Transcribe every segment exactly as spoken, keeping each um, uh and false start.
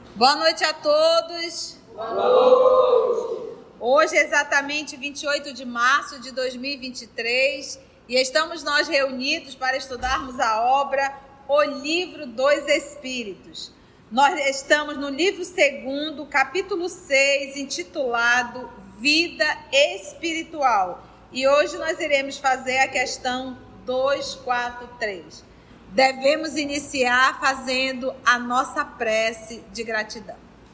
Boa noite a todos. Boa noite. Hoje é exatamente vinte e oito de março de dois mil e vinte e três e estamos nós reunidos para estudarmos a obra O Livro dos Espíritos. Nós estamos no livro segundo, capítulo seis, intitulado Vida Espiritual. E hoje nós iremos fazer a questão duzentos e quarenta e três. Devemos iniciar fazendo a nossa prece de gratidão.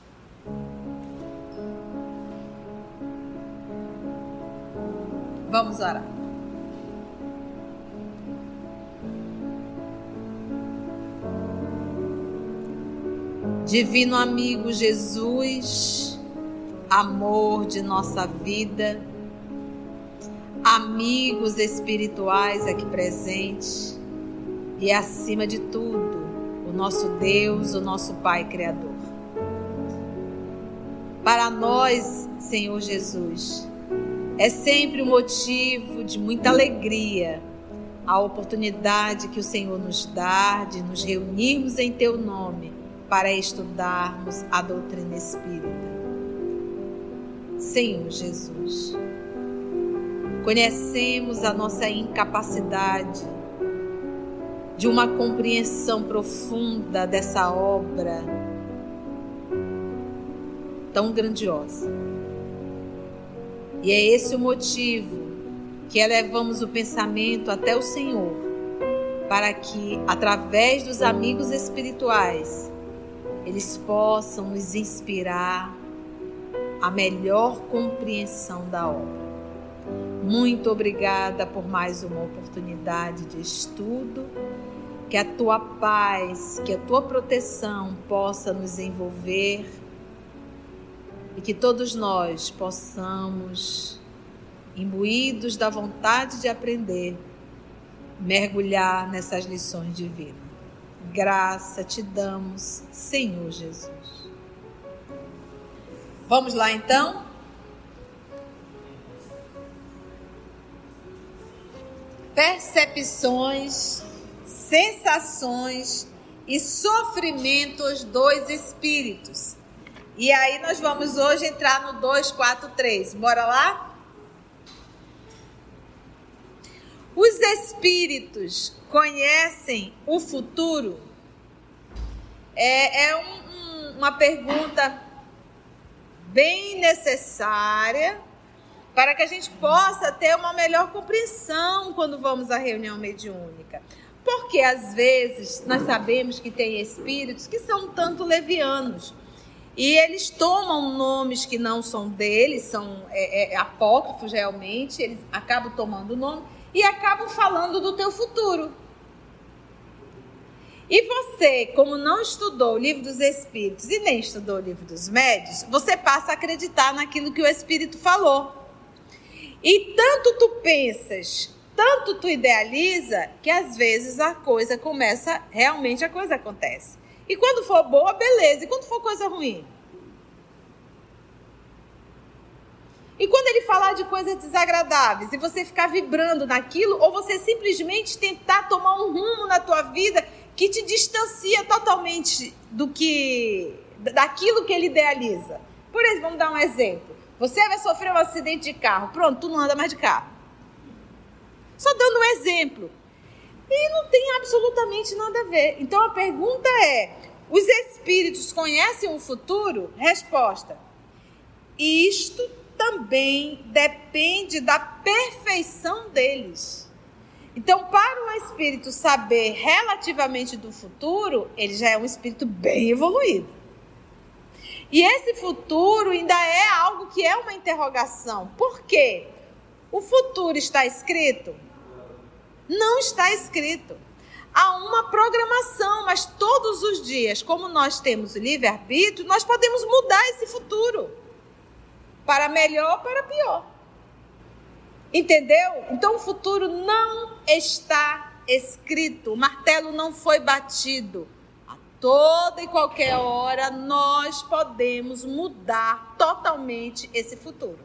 Vamos orar. Divino amigo Jesus, amor de nossa vida, amigos espirituais aqui presentes e, acima de tudo, o nosso Deus, o nosso Pai Criador. Para nós, Senhor Jesus, é sempre um motivo de muita alegria a oportunidade que o Senhor nos dá de nos reunirmos em Teu nome para estudarmos a doutrina espírita. Senhor Jesus, conhecemos a nossa incapacidade de uma compreensão profunda dessa obra tão grandiosa. E é esse o motivo que elevamos o pensamento até o Senhor, para que, através dos amigos espirituais, eles possam nos inspirar a melhor compreensão da obra. Muito obrigada por mais uma oportunidade de estudo. Que a Tua paz, que a Tua proteção possa nos envolver e que todos nós possamos, imbuídos da vontade de aprender, mergulhar nessas lições divinas. Graça te damos, Senhor Jesus. Vamos lá então? Percepções, sensações e sofrimentos dos espíritos. E aí nós vamos hoje entrar no duzentos e quarenta e três. Bora lá? Os espíritos conhecem o futuro? É, é um, um, uma pergunta bem necessária para que a gente possa ter uma melhor compreensão quando vamos à reunião mediúnica. Porque às vezes nós sabemos que tem espíritos que são um tanto levianos. E eles tomam nomes que não são deles, são é, é, apócrifos realmente, eles acabam tomando o nome e acabam falando do teu futuro. E você, como não estudou o Livro dos Espíritos e nem estudou o Livro dos Médiuns, você passa a acreditar naquilo que o Espírito falou. E tanto tu pensas, tanto tu idealiza, que às vezes a coisa começa, realmente a coisa acontece. E quando for boa, beleza. E quando for coisa ruim? E quando ele falar de coisas desagradáveis e você ficar vibrando naquilo, ou você simplesmente tentar tomar um rumo na tua vida que te distancia totalmente do que, daquilo que ele idealiza. Por exemplo, vamos dar um exemplo. Você vai sofrer um acidente de carro. Pronto, tu não anda mais de carro. Só dando um exemplo. E não tem absolutamente nada a ver. Então a pergunta é: os espíritos conhecem o futuro? Resposta: isto também depende da perfeição deles. Então, para um espírito saber relativamente do futuro, ele já é um espírito bem evoluído. E esse futuro ainda é algo que é uma interrogação. Por quê? O futuro está escrito? Não está escrito. Há uma programação, mas todos os dias, como nós temos livre-arbítrio, nós podemos mudar esse futuro. Para melhor ou para pior. Entendeu? Então o futuro não está escrito. O martelo não foi batido. A toda e qualquer hora nós podemos mudar totalmente esse futuro.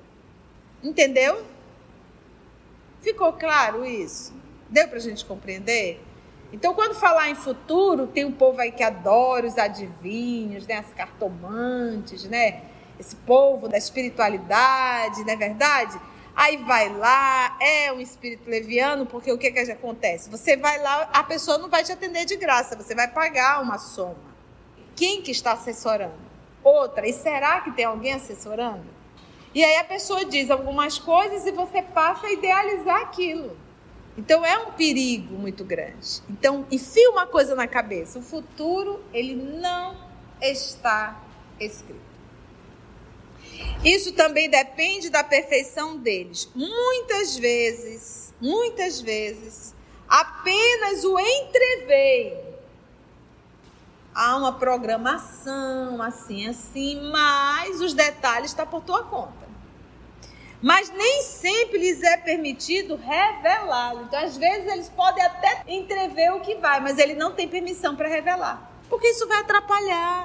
Entendeu? Ficou claro isso? Deu para a gente compreender? Então, quando falar em futuro, tem um povo aí que adora os adivinhos, né? As cartomantes, né? Esse povo da espiritualidade, não é verdade? Aí vai lá, é um espírito leviano, porque o que, que acontece? Você vai lá, a pessoa não vai te atender de graça, você vai pagar uma soma. Quem que está assessorando? Outra. E será que tem alguém assessorando? E aí a pessoa diz algumas coisas e você passa a idealizar aquilo. Então é um perigo muito grande. Então, enfia uma coisa na cabeça. O futuro, ele não está escrito. Isso também depende da perfeição deles. Muitas vezes, muitas vezes, apenas o entreveem. Há uma programação, assim, assim, mas os detalhes estão por tua conta. Mas nem sempre lhes é permitido revelá-lo. Então, às vezes, eles podem até entrever o que vai, mas ele não tem permissão para revelar. Porque isso vai atrapalhar.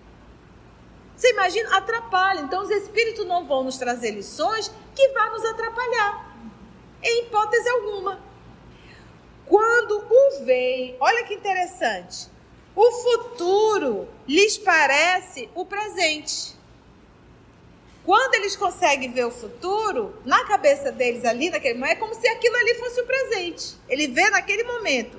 Você imagina? Atrapalha. Então, os espíritos não vão nos trazer lições que vão nos atrapalhar. Em hipótese alguma. Quando o veem, olha que interessante. O futuro lhes parece o presente. Quando eles conseguem ver o futuro, na cabeça deles ali, naquele momento, é como se aquilo ali fosse o presente. Ele vê naquele momento.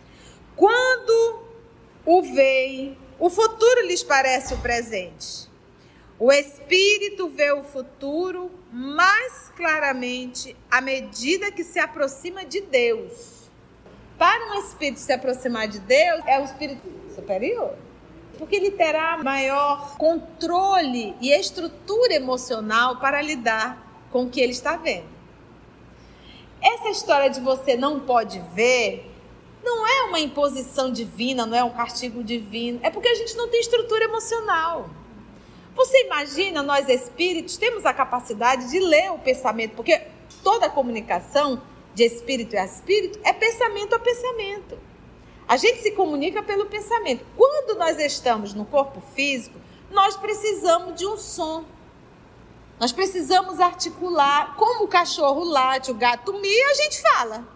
Quando o veem, o futuro lhes parece o presente. O espírito vê o futuro mais claramente à medida que se aproxima de Deus. Para um espírito se aproximar de Deus, é o espírito superior. Porque ele terá maior controle e estrutura emocional para lidar com o que ele está vendo. Essa história de você não pode ver, não é uma imposição divina, não é um castigo divino. É porque a gente não tem estrutura emocional. Você imagina, nós espíritos temos a capacidade de ler o pensamento, porque toda a comunicação de espírito a espírito é pensamento a pensamento. A gente se comunica pelo pensamento. Quando nós estamos no corpo físico, nós precisamos de um som. Nós precisamos articular. Como o cachorro late, o gato mia, a gente fala.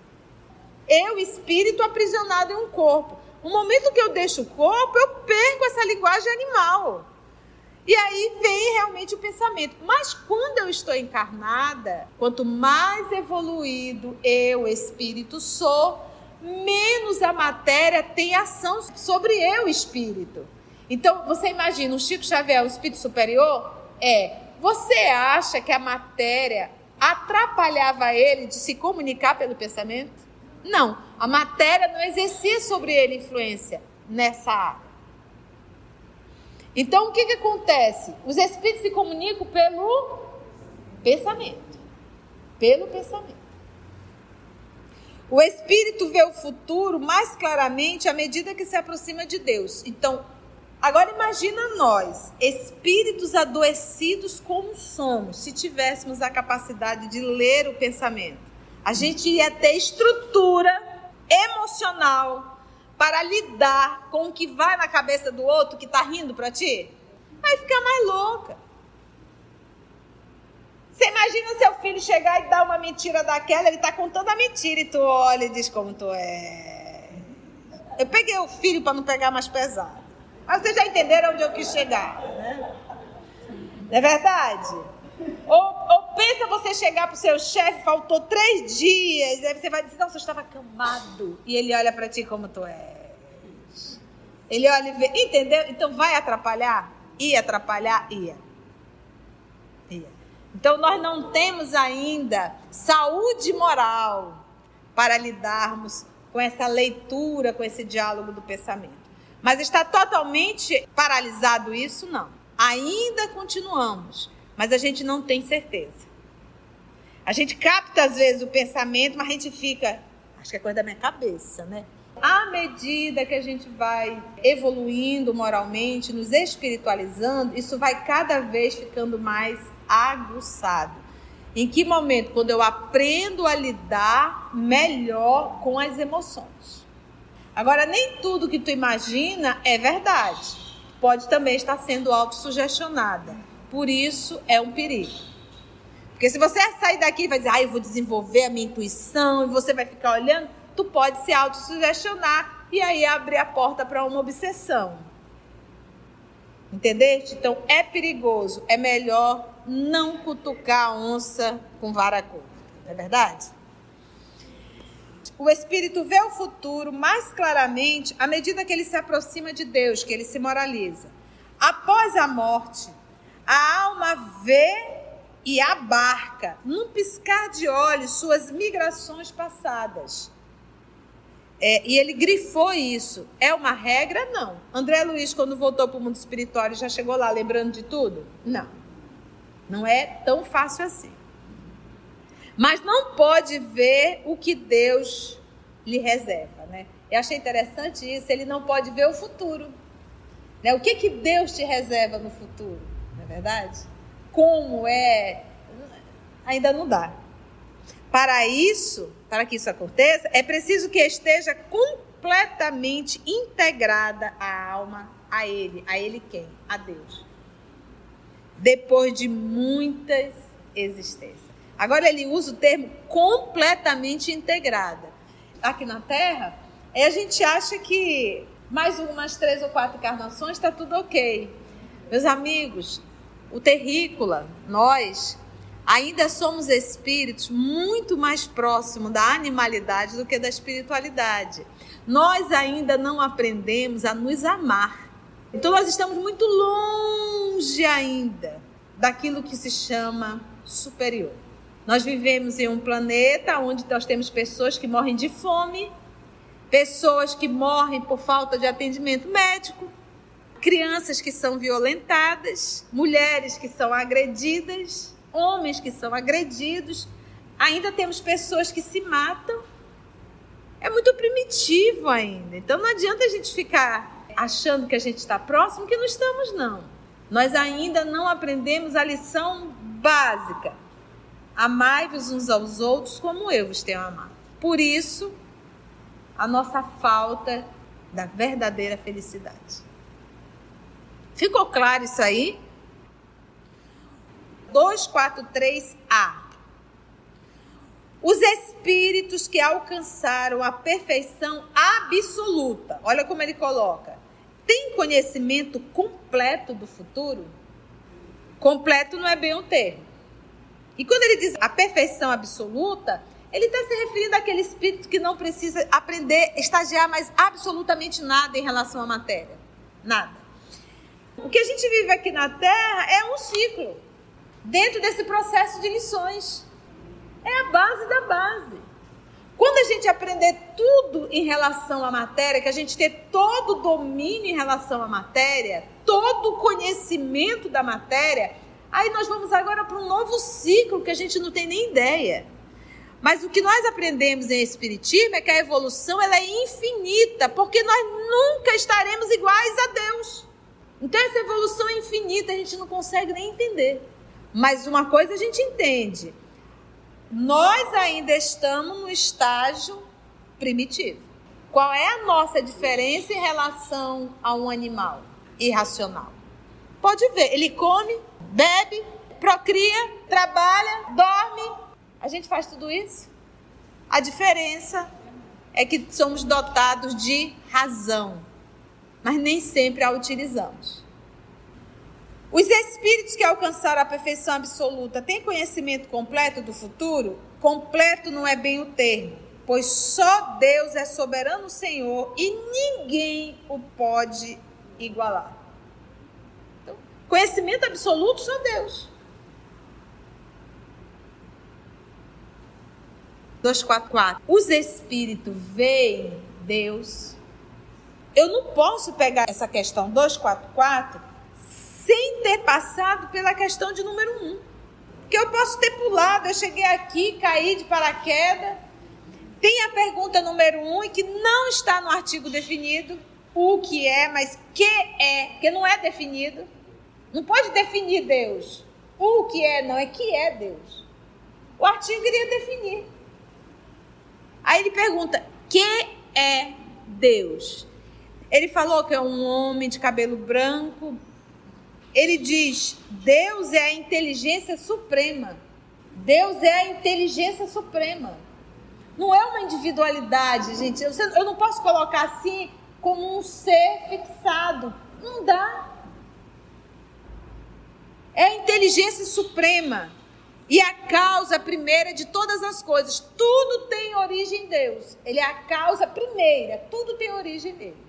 Eu, espírito, aprisionado em um corpo. No momento que eu deixo o corpo, eu perco essa linguagem animal. E aí vem realmente o pensamento. Mas quando eu estou encarnada, quanto mais evoluído eu, espírito, sou, menos a matéria tem ação sobre eu, espírito. Então, você imagina, o Chico Xavier, o espírito superior, é, você acha que a matéria atrapalhava ele de se comunicar pelo pensamento? Não, a matéria não exercia sobre ele influência nessa área. Então, o que que acontece? Os espíritos se comunicam pelo pensamento. Pelo pensamento. O espírito vê o futuro mais claramente à medida que se aproxima de Deus. Então, agora imagina nós, espíritos adoecidos como somos, se tivéssemos a capacidade de ler o pensamento. A gente ia ter estrutura emocional para lidar com o que vai na cabeça do outro que está rindo para ti. Vai ficar mais louca. Você imagina seu filho chegar e dar uma mentira daquela, ele está contando a mentira e tu olha e diz como tu é. Eu peguei o filho para não pegar mais pesado. Mas vocês já entenderam onde eu quis chegar, né? Não é verdade? Ou, ou pensa você chegar para o seu chefe, faltou três dias, aí você vai dizer, não, você estava acamado. E ele olha para ti como tu és. Ele olha e vê, entendeu? Então vai atrapalhar? Ia atrapalhar? Ia. Ia. Então, nós não temos ainda saúde moral para lidarmos com essa leitura, com esse diálogo do pensamento. Mas está totalmente paralisado isso? Não. Ainda continuamos, mas a gente não tem certeza. A gente capta, às vezes, o pensamento, mas a gente fica, acho que é coisa da minha cabeça, né? À medida que a gente vai evoluindo moralmente, nos espiritualizando, isso vai cada vez ficando mais aguçado. Em que momento? Quando eu aprendo a lidar melhor com as emoções. Agora, nem tudo que tu imagina é verdade. Pode também estar sendo autossugestionada. Por isso, é um perigo. Porque se você sair daqui e vai dizer, ah, eu vou desenvolver a minha intuição, e você vai ficar olhando, tu pode se autossugestionar e aí abrir a porta para uma obsessão. Entendeste? Então, é perigoso. É melhor não cutucar a onça com vara curta. Não é verdade? O espírito vê o futuro mais claramente à medida que ele se aproxima de Deus, que ele se moraliza. Após a morte, a alma vê e abarca, num piscar de olhos, suas migrações passadas. É, e ele grifou isso. É uma regra? Não. André Luiz, quando voltou para o mundo espiritual, já chegou lá lembrando de tudo? Não. Não é tão fácil assim. Mas não pode ver o que Deus lhe reserva, né? Eu achei interessante isso. Ele não pode ver o futuro, né? O que, que Deus te reserva no futuro, não é verdade? Como é? Ainda não dá. Para isso, para que isso aconteça, é preciso que esteja completamente integrada a alma a Ele. A Ele quem? A Deus. Depois de muitas existências. Agora ele usa o termo completamente integrada. Aqui na Terra, a gente acha que mais umas três ou quatro encarnações está tudo ok. Meus amigos, o terrícola, nós, ainda somos espíritos muito mais próximos da animalidade do que da espiritualidade. Nós ainda não aprendemos a nos amar. Então nós estamos muito longe ainda daquilo que se chama superior. Nós vivemos em um planeta onde nós temos pessoas que morrem de fome, pessoas que morrem por falta de atendimento médico, crianças que são violentadas, mulheres que são agredidas, homens que são agredidos, ainda temos pessoas que se matam. É muito primitivo ainda. Então não adianta a gente ficar achando que a gente está próximo, que não estamos, não. Nós ainda não aprendemos a lição básica. Amai-vos uns aos outros como eu vos tenho amado. Por isso, a nossa falta da verdadeira felicidade. Ficou claro isso aí? duzentos e quarenta e três A. Os espíritos que alcançaram a perfeição absoluta, olha como ele coloca, têm conhecimento completo do futuro? Completo não é bem o termo. E quando ele diz a perfeição absoluta, ele está se referindo àquele espírito que não precisa aprender, estagiar mais absolutamente nada em relação à matéria. Nada. O que a gente vive aqui na Terra é um ciclo, dentro desse processo de lições. É a base da base. Quando a gente aprender tudo em relação à matéria, que a gente ter todo o domínio em relação à matéria, todo o conhecimento da matéria, aí nós vamos agora para um novo ciclo que a gente não tem nem ideia. Mas o que nós aprendemos em Espiritismo é que a evolução ela é infinita, porque nós nunca estaremos iguais a Deus. Então essa evolução é infinita, a gente não consegue nem entender. Mas uma coisa a gente entende, nós ainda estamos no estágio primitivo. Qual é a nossa diferença em relação a um animal irracional? Pode ver, ele come, bebe, procria, trabalha, dorme. A gente faz tudo isso. A diferença é que somos dotados de razão, mas nem sempre a utilizamos. Os espíritos que alcançaram a perfeição absoluta têm conhecimento completo do futuro? Completo não é bem o termo, pois só Deus é soberano Senhor e ninguém o pode igualar. Então, conhecimento absoluto só Deus. duzentos e quarenta e quatro. Os espíritos veem Deus. Eu não posso pegar essa questão duzentos e quarenta e quatro sem ter passado pela questão de número um. Que eu posso ter pulado, eu cheguei aqui, caí de paraquedas. Tem a pergunta número um, e que não está no artigo definido, o que é, mas que é, que não é definido. Não pode definir Deus. O que é, não é que é Deus. O artigo iria definir. Aí ele pergunta, que é Deus? Ele falou que é um homem de cabelo branco. Ele diz, Deus é a inteligência suprema. Deus é a inteligência suprema. Não é uma individualidade, gente. Eu, eu não posso colocar assim como um ser fixado. Não dá. É a inteligência suprema. E a causa primeira de todas as coisas. Tudo tem origem em Deus. Ele é a causa primeira. Tudo tem origem nele.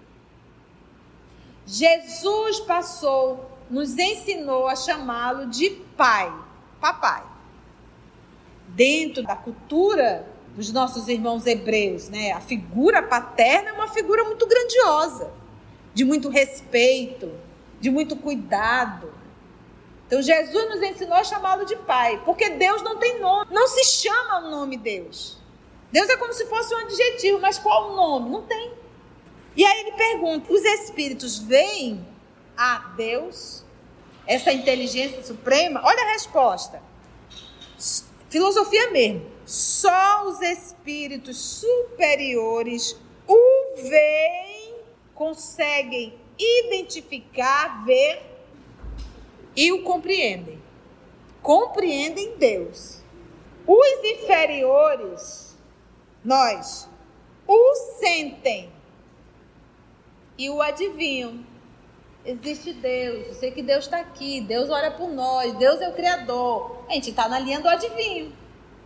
Jesus passou, nos ensinou a chamá-lo de Pai. Papai. Dentro da cultura dos nossos irmãos hebreus, né? A figura paterna é uma figura muito grandiosa. De muito respeito. De muito cuidado. Então, Jesus nos ensinou a chamá-lo de Pai, porque Deus não tem nome, não se chama o nome Deus. Deus é como se fosse um adjetivo, mas qual o nome? Não tem. E aí ele pergunta, os espíritos veem a Deus, essa inteligência suprema? Olha a resposta. Filosofia mesmo. Só os espíritos superiores o veem, conseguem identificar, ver, e o compreendem. Compreendem Deus. Os inferiores, nós, o sentem e o adivinham. Existe Deus, eu sei que Deus está aqui, Deus olha por nós, Deus é o Criador. A gente está na linha do adivinho.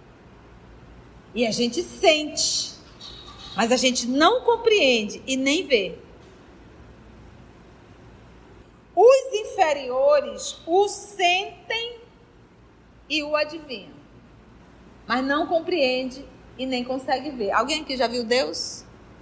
E a gente sente, mas a gente não compreende e nem vê. Os inferiores o sentem e o adivinham, mas não compreende e nem consegue ver. Alguém aqui já viu Deus?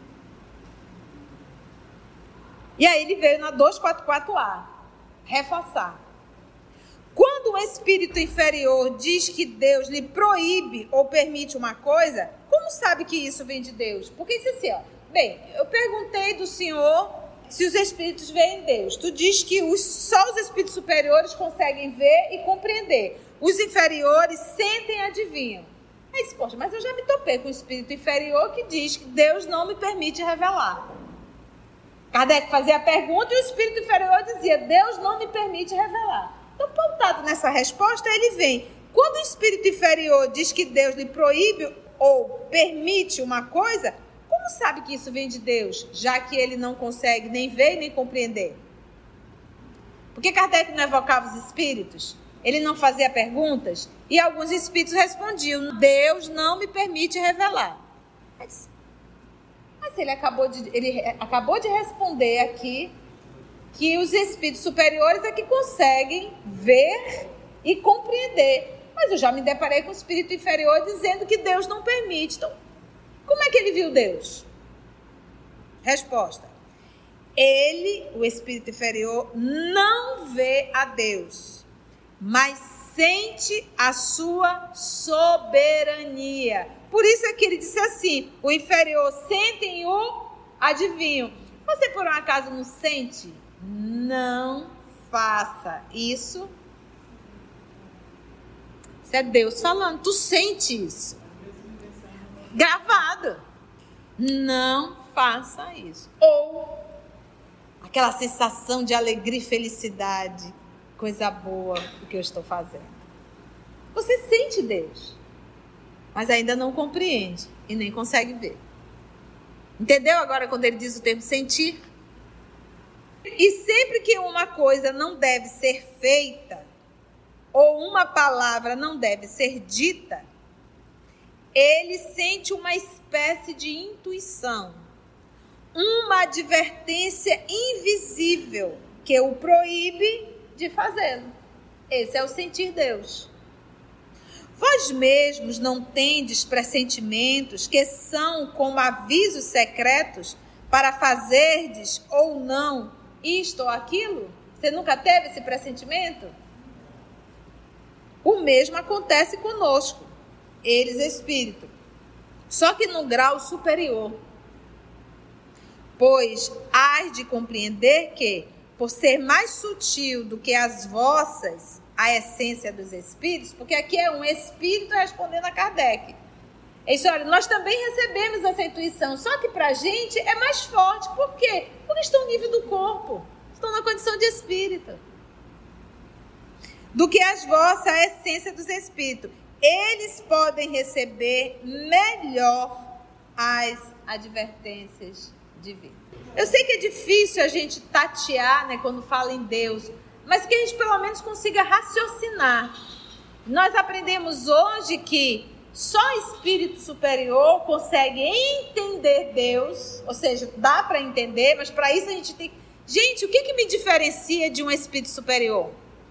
E aí ele veio na duzentos e quarenta e quatro A, reforçar. Quando um espírito inferior diz que Deus lhe proíbe ou permite uma coisa, como sabe que isso vem de Deus? Porque disse assim, ó, bem, eu perguntei do Senhor se os espíritos veem Deus. Tu diz que os, só os espíritos superiores conseguem ver e compreender. Os inferiores sentem e adivinham. Aí disse, poxa, mas eu já me topei com o espírito inferior que diz que Deus não me permite revelar. Kardec fazia a pergunta e o espírito inferior dizia, Deus não me permite revelar. Então, pautado nessa resposta, ele vem. Quando o espírito inferior diz que Deus lhe proíbe ou permite uma coisa, como sabe que isso vem de Deus, já que ele não consegue nem ver nem compreender? Porque Kardec não evocava os espíritos? Ele não fazia perguntas? E alguns espíritos respondiam, Deus não me permite revelar. Mas, mas ele, acabou de, ele acabou de responder aqui que os espíritos superiores é que conseguem ver e compreender. Mas eu já me deparei com o espírito inferior dizendo que Deus não permite. Então, como é que ele viu Deus? Resposta. Ele, o espírito inferior, não vê a Deus, mas sente a sua soberania. Por isso é que ele disse assim, o inferior sentem e o adivinham. Você por um acaso não sente? Não faça isso. Isso é Deus falando, tu sente isso. Gravado. Não faça isso. Ou aquela sensação de alegria e felicidade, coisa boa do que eu estou fazendo. Você sente Deus, mas ainda não compreende e nem consegue ver. Entendeu agora quando ele diz o termo sentir? E sempre que uma coisa não deve ser feita, ou uma palavra não deve ser dita, ele sente uma espécie de intuição, uma advertência invisível que o proíbe de fazê-lo. Esse é o sentir Deus. Vós mesmos não tendes pressentimentos que são como avisos secretos para fazerdes ou não isto ou aquilo? Você nunca teve esse pressentimento? O mesmo acontece conosco, eles espírito, só que no grau superior. Pois hás de compreender que, por ser mais sutil do que as vossas, a essência dos espíritos, porque aqui é um espírito respondendo a Kardec. É isso, olha, nós também recebemos essa intuição, só que para a gente é mais forte. Por quê? Porque estão no nível do corpo, estão na condição de espírito. Do que as vossas, a essência dos espíritos. Eles podem receber melhor as advertências divinas. Eu sei que é difícil a gente tatear, né, quando fala em Deus, mas que a gente pelo menos consiga raciocinar. Nós aprendemos hoje que só espírito superior consegue entender Deus, ou seja, dá para entender, mas para isso a gente tem... Gente, o que, que me diferencia de um espírito superior?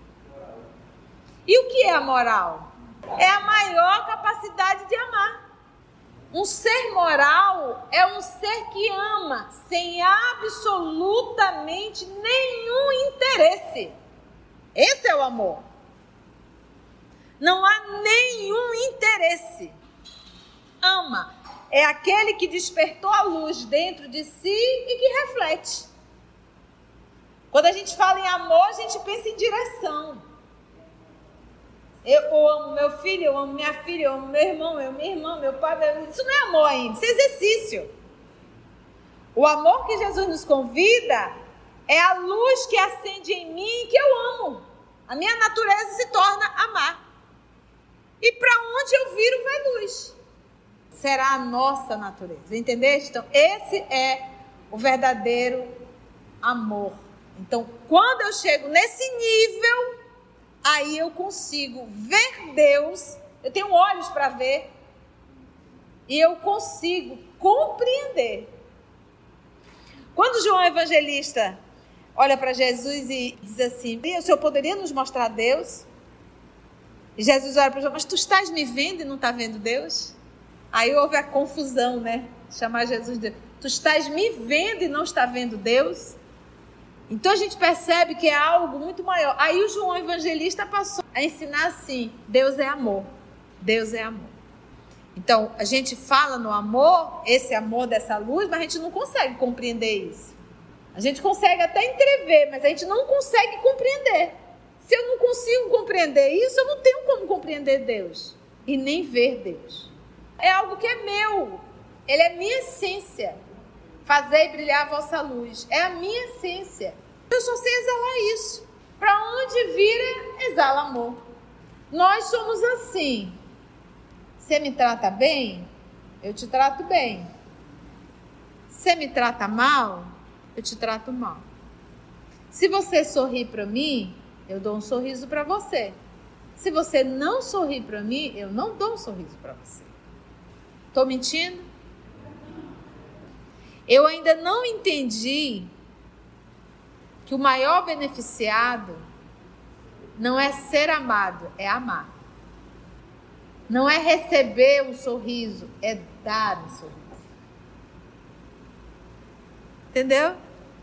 E o que é a moral? É a maior capacidade de amar. Um ser moral é um ser que ama sem absolutamente nenhum interesse. Esse é o amor. Não há nenhum interesse. Ama. É aquele que despertou a luz dentro de si e que reflete. Quando a gente fala em amor, a gente pensa em direção. Eu, eu amo meu filho, eu amo minha filha, eu amo meu irmão, eu amo minha irmã, meu pai. Meu... Isso não é amor ainda, isso é exercício. O amor que Jesus nos convida é a luz que acende em mim que eu amo. A minha natureza se torna amar. E para onde eu viro vai luz. Será a nossa natureza, entendeste? Então, esse é o verdadeiro amor. Então, quando eu chego nesse nível, aí eu consigo ver Deus, eu tenho olhos para ver, e eu consigo compreender. Quando João Evangelista olha para Jesus e diz assim, o Senhor poderia nos mostrar Deus? E Jesus olha para João, mas tu estás me vendo e não está vendo Deus? Aí houve a confusão, né? Chamar Jesus de, tu estás me vendo e não está vendo Deus? Então a gente percebe que é algo muito maior. Aí o João Evangelista passou a ensinar assim, Deus é amor, Deus é amor. Então a gente fala no amor, esse amor dessa luz, mas a gente não consegue compreender isso. A gente consegue até entrever, mas a gente não consegue compreender. Se eu não consigo compreender isso, eu não tenho como compreender Deus e nem ver Deus. É algo que é meu, ele é minha essência. Fazei brilhar a vossa luz. É a minha essência. Eu só sei exalar isso. Para onde vira, exala amor. Nós somos assim. Você me trata bem? Eu te trato bem. Você me trata mal? Eu te trato mal. Se você sorrir para mim, eu dou um sorriso para você. Se você não sorrir para mim, eu não dou um sorriso para você. Estou mentindo? Eu ainda não entendi que o maior beneficiado não é ser amado, é amar. Não é receber um sorriso, é dar um sorriso. Entendeu?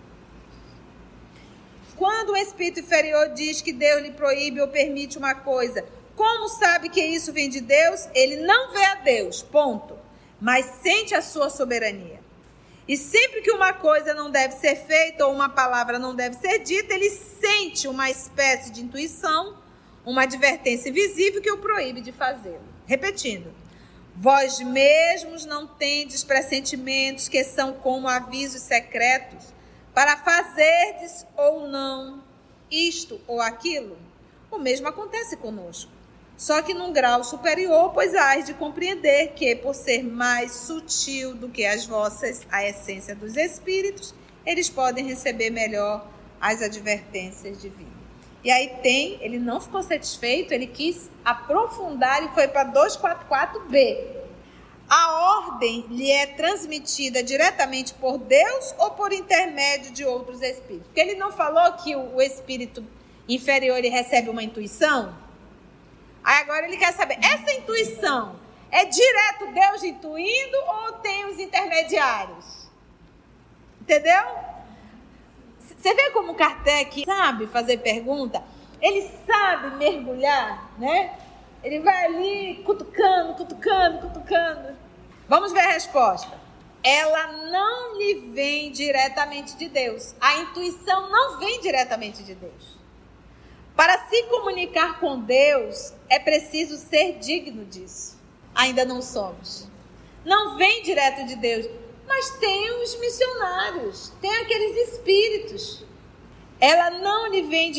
Quando o espírito inferior diz que Deus lhe proíbe ou permite uma coisa, como sabe que isso vem de Deus? Ele não vê a Deus, ponto. Mas sente a sua soberania. E sempre que uma coisa não deve ser feita ou uma palavra não deve ser dita, ele sente uma espécie de intuição, uma advertência visível que o proíbe de fazê-lo. Repetindo, vós mesmos não tendes pressentimentos que são como avisos secretos para fazerdes ou não isto ou aquilo? O mesmo acontece conosco. Só que num grau superior, pois hás de compreender que, por ser mais sutil do que as vossas, a essência dos espíritos, eles podem receber melhor as advertências divinas. E aí tem, ele não ficou satisfeito, ele quis aprofundar e foi para duzentos e quarenta e quatro B. A ordem lhe é transmitida diretamente por Deus ou por intermédio de outros espíritos? Porque ele não falou que o espírito inferior ele recebe uma intuição? Aí agora ele quer saber, essa intuição é direto Deus intuindo ou tem os intermediários? Entendeu? Você vê como Kardec sabe fazer pergunta? Ele sabe mergulhar, né? Ele vai ali cutucando, cutucando, cutucando. Vamos ver a resposta. Ela não lhe vem diretamente de Deus. A intuição não vem diretamente de Deus. Para se comunicar com Deus, é preciso ser digno disso. Ainda não somos. Não vem direto de Deus, mas tem os missionários, tem aqueles espíritos. Ela não lhe vem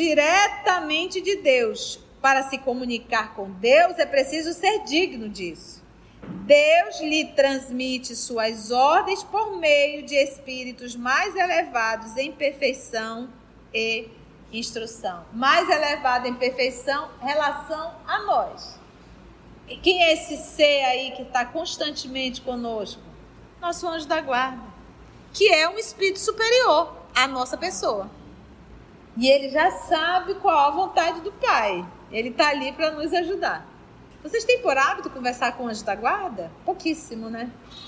diretamente de Deus. Para se comunicar com Deus, é preciso ser digno disso. Deus lhe transmite suas ordens por meio de espíritos mais elevados em perfeição e instrução. Mais elevado em perfeição, relação a nós. E quem é esse ser aí que está constantemente conosco? Nosso anjo da guarda, que é um espírito superior à nossa pessoa. E ele já sabe qual a vontade do Pai. Ele está ali para nos ajudar. Vocês têm por hábito conversar com o anjo da guarda? Pouquíssimo, né?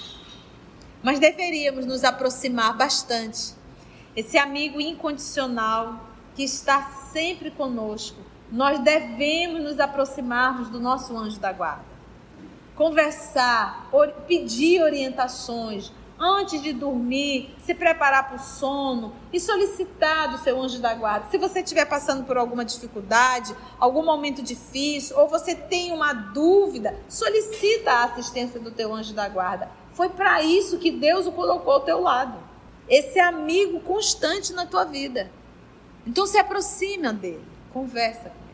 Mas deveríamos nos aproximar bastante. Esse amigo incondicional que está sempre conosco. Nós devemos nos aproximarmos do nosso anjo da guarda. Conversar, or- pedir orientações, antes de dormir, se preparar para o sono e solicitar do seu anjo da guarda. Se você estiver passando por alguma dificuldade, algum momento difícil, ou você tem uma dúvida, solicita a assistência do teu anjo da guarda. Foi para isso que Deus o colocou ao teu lado. Esse amigo constante na tua vida. Então se aproxima dele, conversa com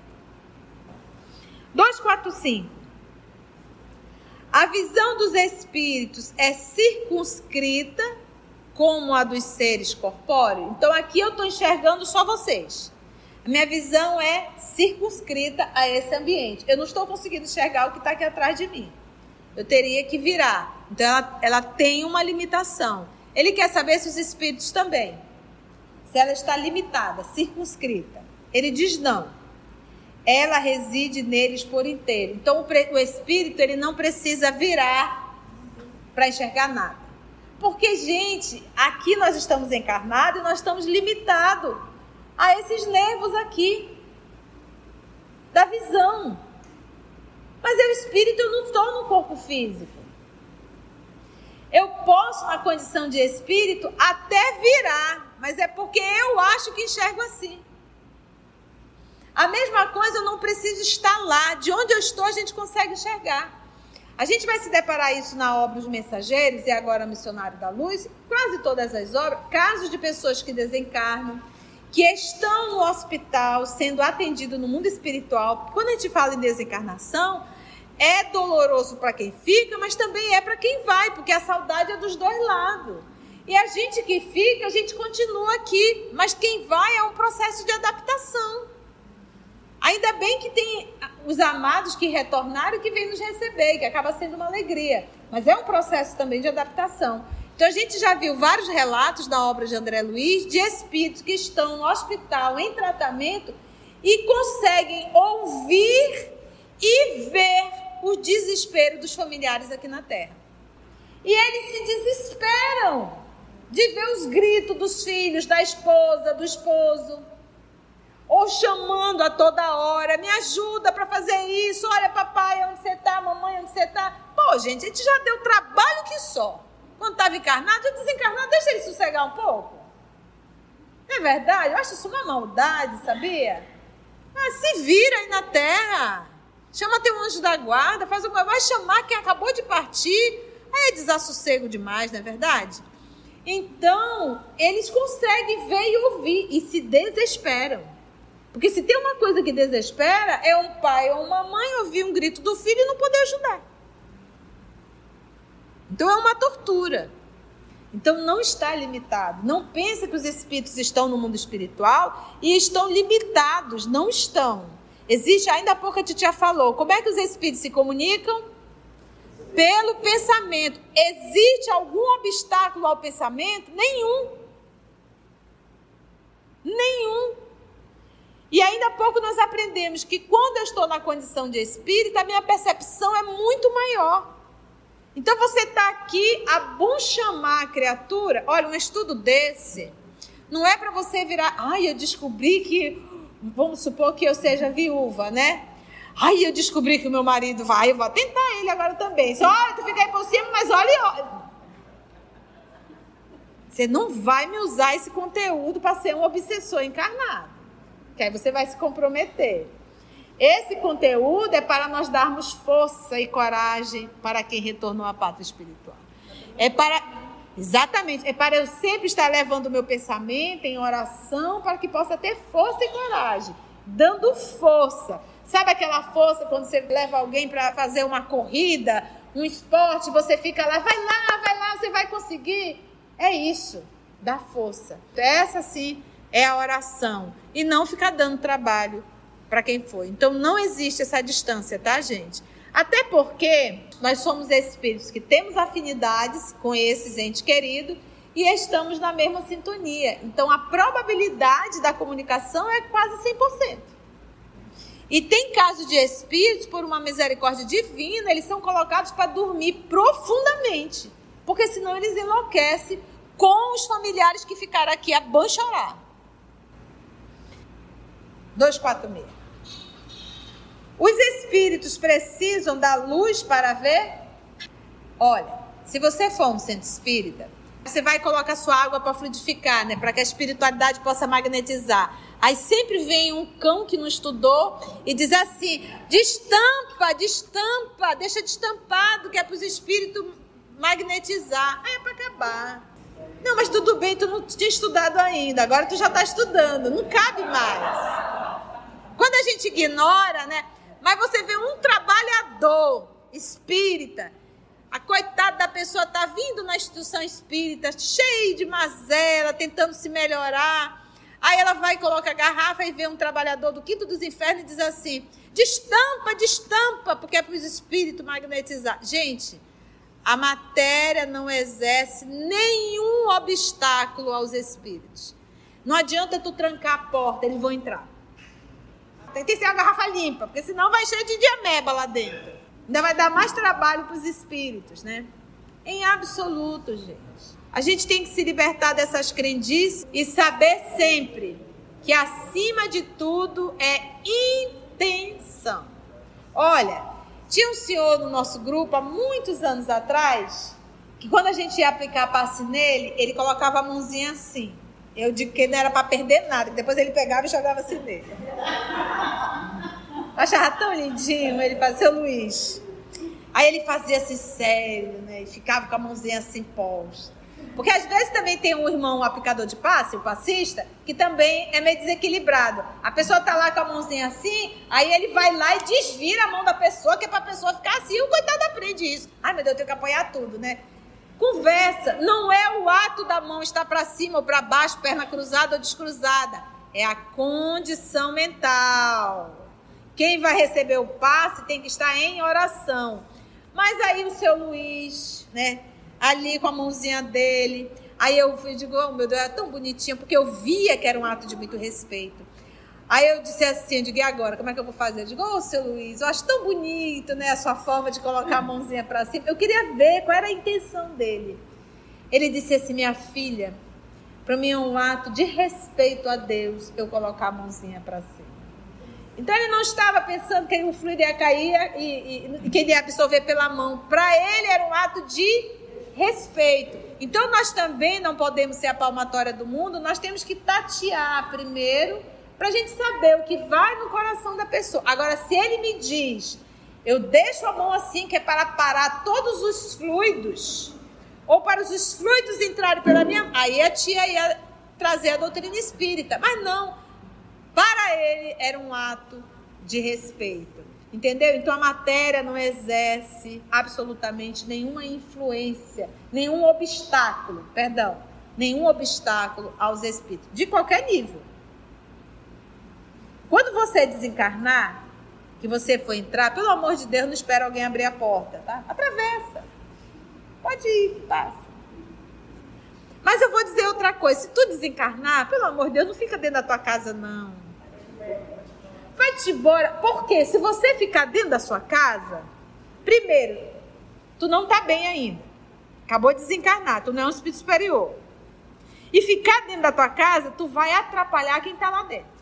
ele. duzentos e quarenta e cinco. A visão dos espíritos é circunscrita como a dos seres corpóreos. Então aqui eu estou enxergando só vocês. A minha visão é circunscrita a esse ambiente. Eu não estou conseguindo enxergar o que está aqui atrás de mim. Eu teria que virar. Então ela, ela tem uma limitação. Ele quer saber se os espíritos também. Se ela está limitada, circunscrita. Ele diz não. Ela reside neles por inteiro. Então, o espírito, ele não precisa virar para enxergar nada. Porque, gente, aqui nós estamos encarnados e nós estamos limitados a esses nervos aqui, da visão. Mas é o espírito, eu não estou no corpo físico. Eu posso, na condição de espírito, até virar, mas é porque eu acho que enxergo assim. A mesma coisa, eu não preciso estar lá. De onde eu estou, a gente consegue enxergar. A gente vai se deparar isso na obra Os Mensageiros e agora Missionário da Luz, quase todas as obras, casos de pessoas que desencarnam, que estão no hospital sendo atendidos no mundo espiritual. Quando a gente fala em desencarnação, é doloroso para quem fica, mas também é para quem vai, porque a saudade é dos dois lados. E a gente que fica, a gente continua aqui, mas quem vai é um processo de adaptação. Ainda bem que tem os amados que retornaram e que vêm nos receber, que acaba sendo uma alegria. Mas é um processo também de adaptação. Então a gente já viu vários relatos na obra de André Luiz de espíritos que estão no hospital em tratamento e conseguem ouvir e ver o desespero dos familiares aqui na Terra. E eles se desesperam de ver os gritos dos filhos, da esposa, do esposo. Ou chamando a toda hora, me ajuda para fazer isso, olha papai, onde você está, mamãe, onde você está. Pô, gente, a gente já deu trabalho que só. Quando estava encarnado, já desencarnado, deixa ele sossegar um pouco. Não é verdade? Eu acho isso uma maldade, sabia? Ah, se vira aí na terra, chama teu anjo da guarda, faz alguma coisa, vai chamar quem acabou de partir. É desassossego demais, não é verdade? Então, eles conseguem ver e ouvir e se desesperam. Porque se tem uma coisa que desespera, é um pai ou uma mãe ouvir um grito do filho e não poder ajudar. Então é uma tortura. Então não está limitado. Não pensa que os espíritos estão no mundo espiritual e estão limitados. Não estão. Existe, ainda há pouco a titia falou, como é que os espíritos se comunicam? Pelo pensamento. Existe algum obstáculo ao pensamento? Nenhum. Nenhum. E ainda há pouco nós aprendemos que quando eu estou na condição de espírito, a minha percepção é muito maior. Então você está aqui a bom chamar a criatura. Olha, um estudo desse não é para você virar, ai, eu descobri que, vamos supor que eu seja viúva, né? Ai, eu descobri que o meu marido vai, eu vou tentar ele agora também. Só, olha, tu fica aí por cima, mas olha, olha. Você não vai me usar esse conteúdo para ser um obsessor encarnado. Que aí você vai se comprometer. Esse conteúdo é para nós darmos força e coragem para quem retornou à pátria espiritual. É para, exatamente, é para eu sempre estar levando o meu pensamento em oração para que possa ter força e coragem, dando força. Sabe aquela força quando você leva alguém para fazer uma corrida um esporte, você fica lá, vai lá, vai lá, você vai conseguir. É isso, dá força. Essa sim é a oração. E não ficar dando trabalho para quem for. Então não existe essa distância, tá, gente? Até porque nós somos espíritos que temos afinidades com esses entes queridos e estamos na mesma sintonia. Então a probabilidade da comunicação é quase cem por cento. E tem casos de espíritos, por uma misericórdia divina, eles são colocados para dormir profundamente. Porque senão eles enlouquecem com os familiares que ficaram aqui a ban chorar. duzentos e quarenta e seis. Os espíritos precisam da luz para ver? Olha, se você for um centro espírita, você vai colocar sua água para fluidificar, né? Para que a espiritualidade possa magnetizar. Aí sempre vem um cão que não estudou e diz assim, destampa, destampa, deixa destampado que é para os espíritos magnetizar. Aí é para acabar. Não, mas tudo bem, tu não tinha estudado ainda, agora tu já está estudando, não cabe mais. Quando a gente ignora, né? Mas você vê um trabalhador espírita, a coitada da pessoa está vindo na instituição espírita, cheia de mazela, tentando se melhorar. Aí ela vai e coloca a garrafa e vê um trabalhador do quinto dos infernos e diz assim, destampa, destampa, porque é para os espíritos magnetizar. Gente, a matéria não exerce nenhum obstáculo aos espíritos. Não adianta tu trancar a porta, eles vão entrar. Tem que ser uma garrafa limpa, porque senão vai cheio de diameba lá dentro. Ainda vai dar mais trabalho para os espíritos, né? Em absoluto, gente. A gente tem que se libertar dessas crendices e saber sempre que acima de tudo é intenção. Olha, tinha um senhor no nosso grupo há muitos anos atrás, que quando a gente ia aplicar passe nele, ele colocava a mãozinha assim. Eu digo que não era para perder nada, que depois ele pegava e jogava assim nele. Eu achava tão lindinho, ele fazia, seu Luiz. Aí ele fazia assim sério, né? E ficava com a mãozinha assim posta. Porque às vezes também tem um irmão aplicador de passe, o passista, que também é meio desequilibrado. A pessoa tá lá com a mãozinha assim, aí ele vai lá e desvira a mão da pessoa, que é pra pessoa ficar assim, e o coitado aprende isso. Ai, meu Deus, eu tenho que apoiar tudo, né? Conversa, não é o ato da mão estar para cima ou para baixo, perna cruzada ou descruzada. É a condição mental. Quem vai receber o passe tem que estar em oração. Mas aí o seu Luiz, né, ali com a mãozinha dele, aí eu digo, oh, meu Deus, é tão bonitinho, porque eu via que era um ato de muito respeito. Aí eu disse assim, eu digo, e agora, como é que eu vou fazer? Eu digo, ô, oh, seu Luiz, eu acho tão bonito, né, a sua forma de colocar a mãozinha para cima. Eu queria ver qual era a intenção dele. Ele disse assim, minha filha, para mim é um ato de respeito a Deus eu colocar a mãozinha para cima. Então ele não estava pensando que o fluido ia cair e, e, e que ele ia absorver pela mão. Para ele era um ato de respeito. Então nós também não podemos ser a palmatória do mundo, nós temos que tatear primeiro, para a gente saber o que vai no coração da pessoa. Agora, se ele me diz, eu deixo a mão assim, que é para parar todos os fluidos, ou para os fluidos entrarem pela minha... Aí a tia ia trazer a doutrina espírita. Mas não, para ele era um ato de respeito. Entendeu? Então a matéria não exerce absolutamente nenhuma influência, nenhum obstáculo, perdão, nenhum obstáculo aos espíritos, de qualquer nível. Quando você desencarnar, que você for entrar, pelo amor de Deus, não espera alguém abrir a porta, tá? Atravessa. Pode ir, passa. Mas eu vou dizer outra coisa. Se tu desencarnar, pelo amor de Deus, não fica dentro da tua casa, não. Vai-te embora. Por quê? Se você ficar dentro da sua casa, primeiro, tu não tá bem ainda. Acabou de desencarnar, tu não é um espírito superior. E ficar dentro da tua casa, tu vai atrapalhar quem tá lá dentro.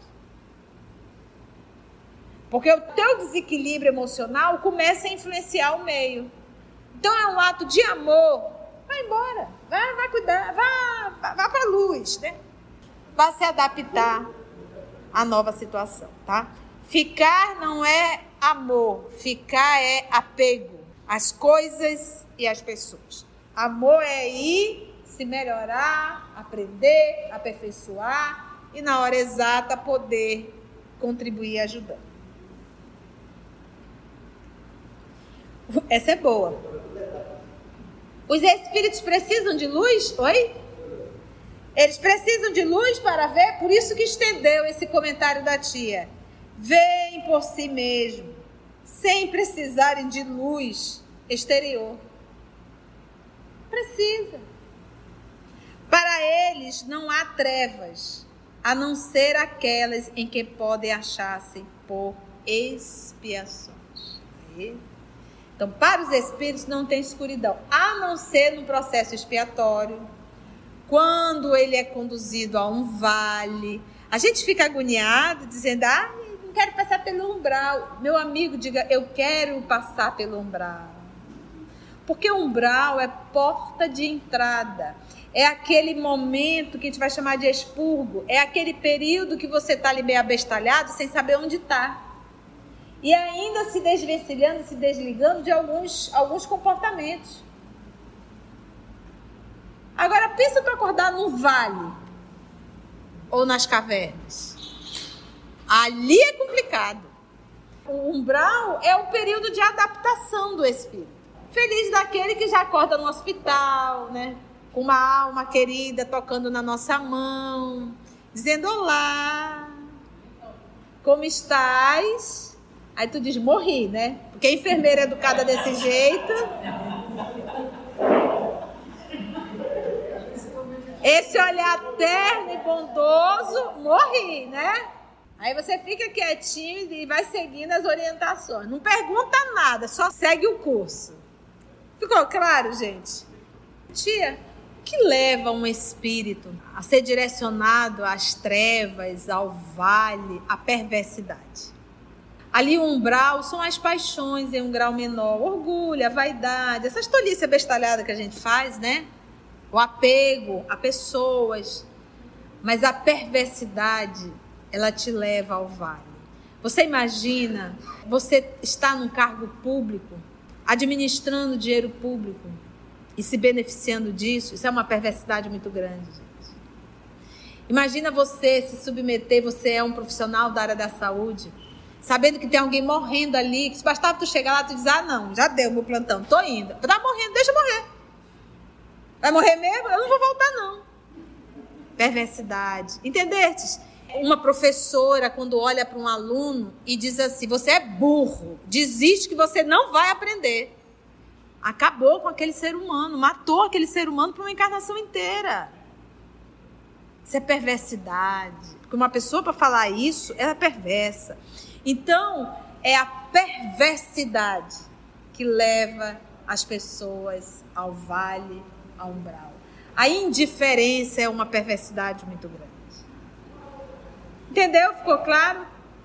Porque o teu desequilíbrio emocional começa a influenciar o meio. Então é um ato de amor. Vai embora, vai, vai cuidar, vá, vá, vá para a luz, né? Vá se adaptar à nova situação, tá? Ficar não é amor, ficar é apego às coisas e às pessoas. Amor é ir, se melhorar, aprender, aperfeiçoar e na hora exata poder contribuir ajudando. Essa é boa. Os espíritos precisam de luz? Oi? Eles precisam de luz para ver, por isso que estendeu esse comentário da tia. Veem por si mesmo, sem precisarem de luz exterior. Precisa. Para eles não há trevas, a não ser aquelas em que podem achar-se por expiações. Então, para os espíritos não tem escuridão, a não ser no processo expiatório, quando ele é conduzido a um vale. A gente fica agoniado, dizendo, ah, não quero passar pelo umbral. Meu amigo, diga, eu quero passar pelo umbral. Porque o umbral é porta de entrada. É aquele momento que a gente vai chamar de expurgo. É aquele período que você está ali meio abestalhado, sem saber onde está. E ainda se desvencilhando, se desligando de alguns, alguns comportamentos. Agora, pensa tu acordar num vale ou nas cavernas. Ali é complicado. O umbral é o período de adaptação do espírito. Feliz daquele que já acorda no hospital, né? Com uma alma querida tocando na nossa mão, dizendo olá, como estás? Aí tu diz, morri, né? Porque a enfermeira é educada desse jeito. Esse olhar terno e bondoso, morri, né? Aí você fica quietinho e vai seguindo as orientações. Não pergunta nada, só segue o curso. Ficou claro, gente? Tia, o que leva um espírito a ser direcionado às trevas, ao vale, à perversidade? Ali o umbral são as paixões em um grau menor, o orgulho, a vaidade, essas tolices abestalhadas que a gente faz, né? O apego a pessoas, mas a perversidade, ela te leva ao vale. Você imagina, você está num cargo público, administrando dinheiro público e se beneficiando disso, isso é uma perversidade muito grande, gente. Imagina você se submeter, você é um profissional da área da saúde, sabendo que tem alguém morrendo ali, que se bastava tu chegar lá, tu diz, ah não, já deu meu plantão, tô indo. Tá morrendo, deixa eu morrer. Vai morrer mesmo? Eu não vou voltar, não. Perversidade. Entendestes? Uma professora, quando olha para um aluno e diz assim, você é burro, desiste que você não vai aprender. Acabou com aquele ser humano, matou aquele ser humano por uma encarnação inteira. Isso é perversidade. Porque uma pessoa, para falar isso, ela é perversa. Então, é a perversidade que leva as pessoas ao vale, ao umbral. A indiferença é uma perversidade muito grande. Entendeu? Ficou claro?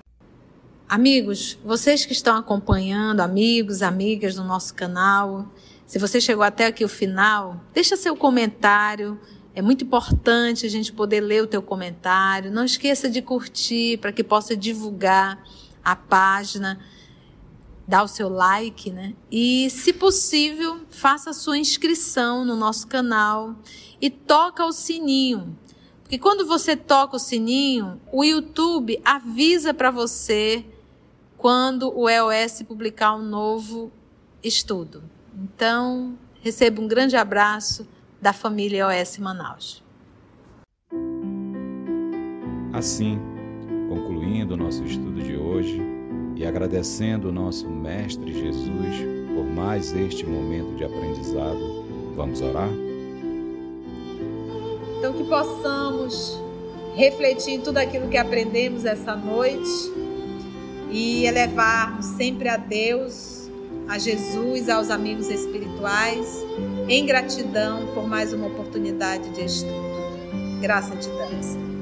Amigos, vocês que estão acompanhando, amigos, amigas do nosso canal, se você chegou até aqui o final, deixa seu comentário. É muito importante a gente poder ler o teu comentário. Não esqueça de curtir para que possa divulgar a página. Dá o seu like, né? E, se possível, faça a sua inscrição no nosso canal e toca o sininho. Porque quando você toca o sininho, o YouTube avisa para você quando o E O S publicar um novo estudo. Então, receba um grande abraço da família E O S Manaus. Assim, concluindo o nosso estudo de hoje, e agradecendo o nosso Mestre Jesus por mais este momento de aprendizado, vamos orar? Então que possamos refletir em tudo aquilo que aprendemos essa noite e elevarmos sempre a Deus, a Jesus, aos amigos espirituais, em gratidão por mais uma oportunidade de estudo. Graça te damos.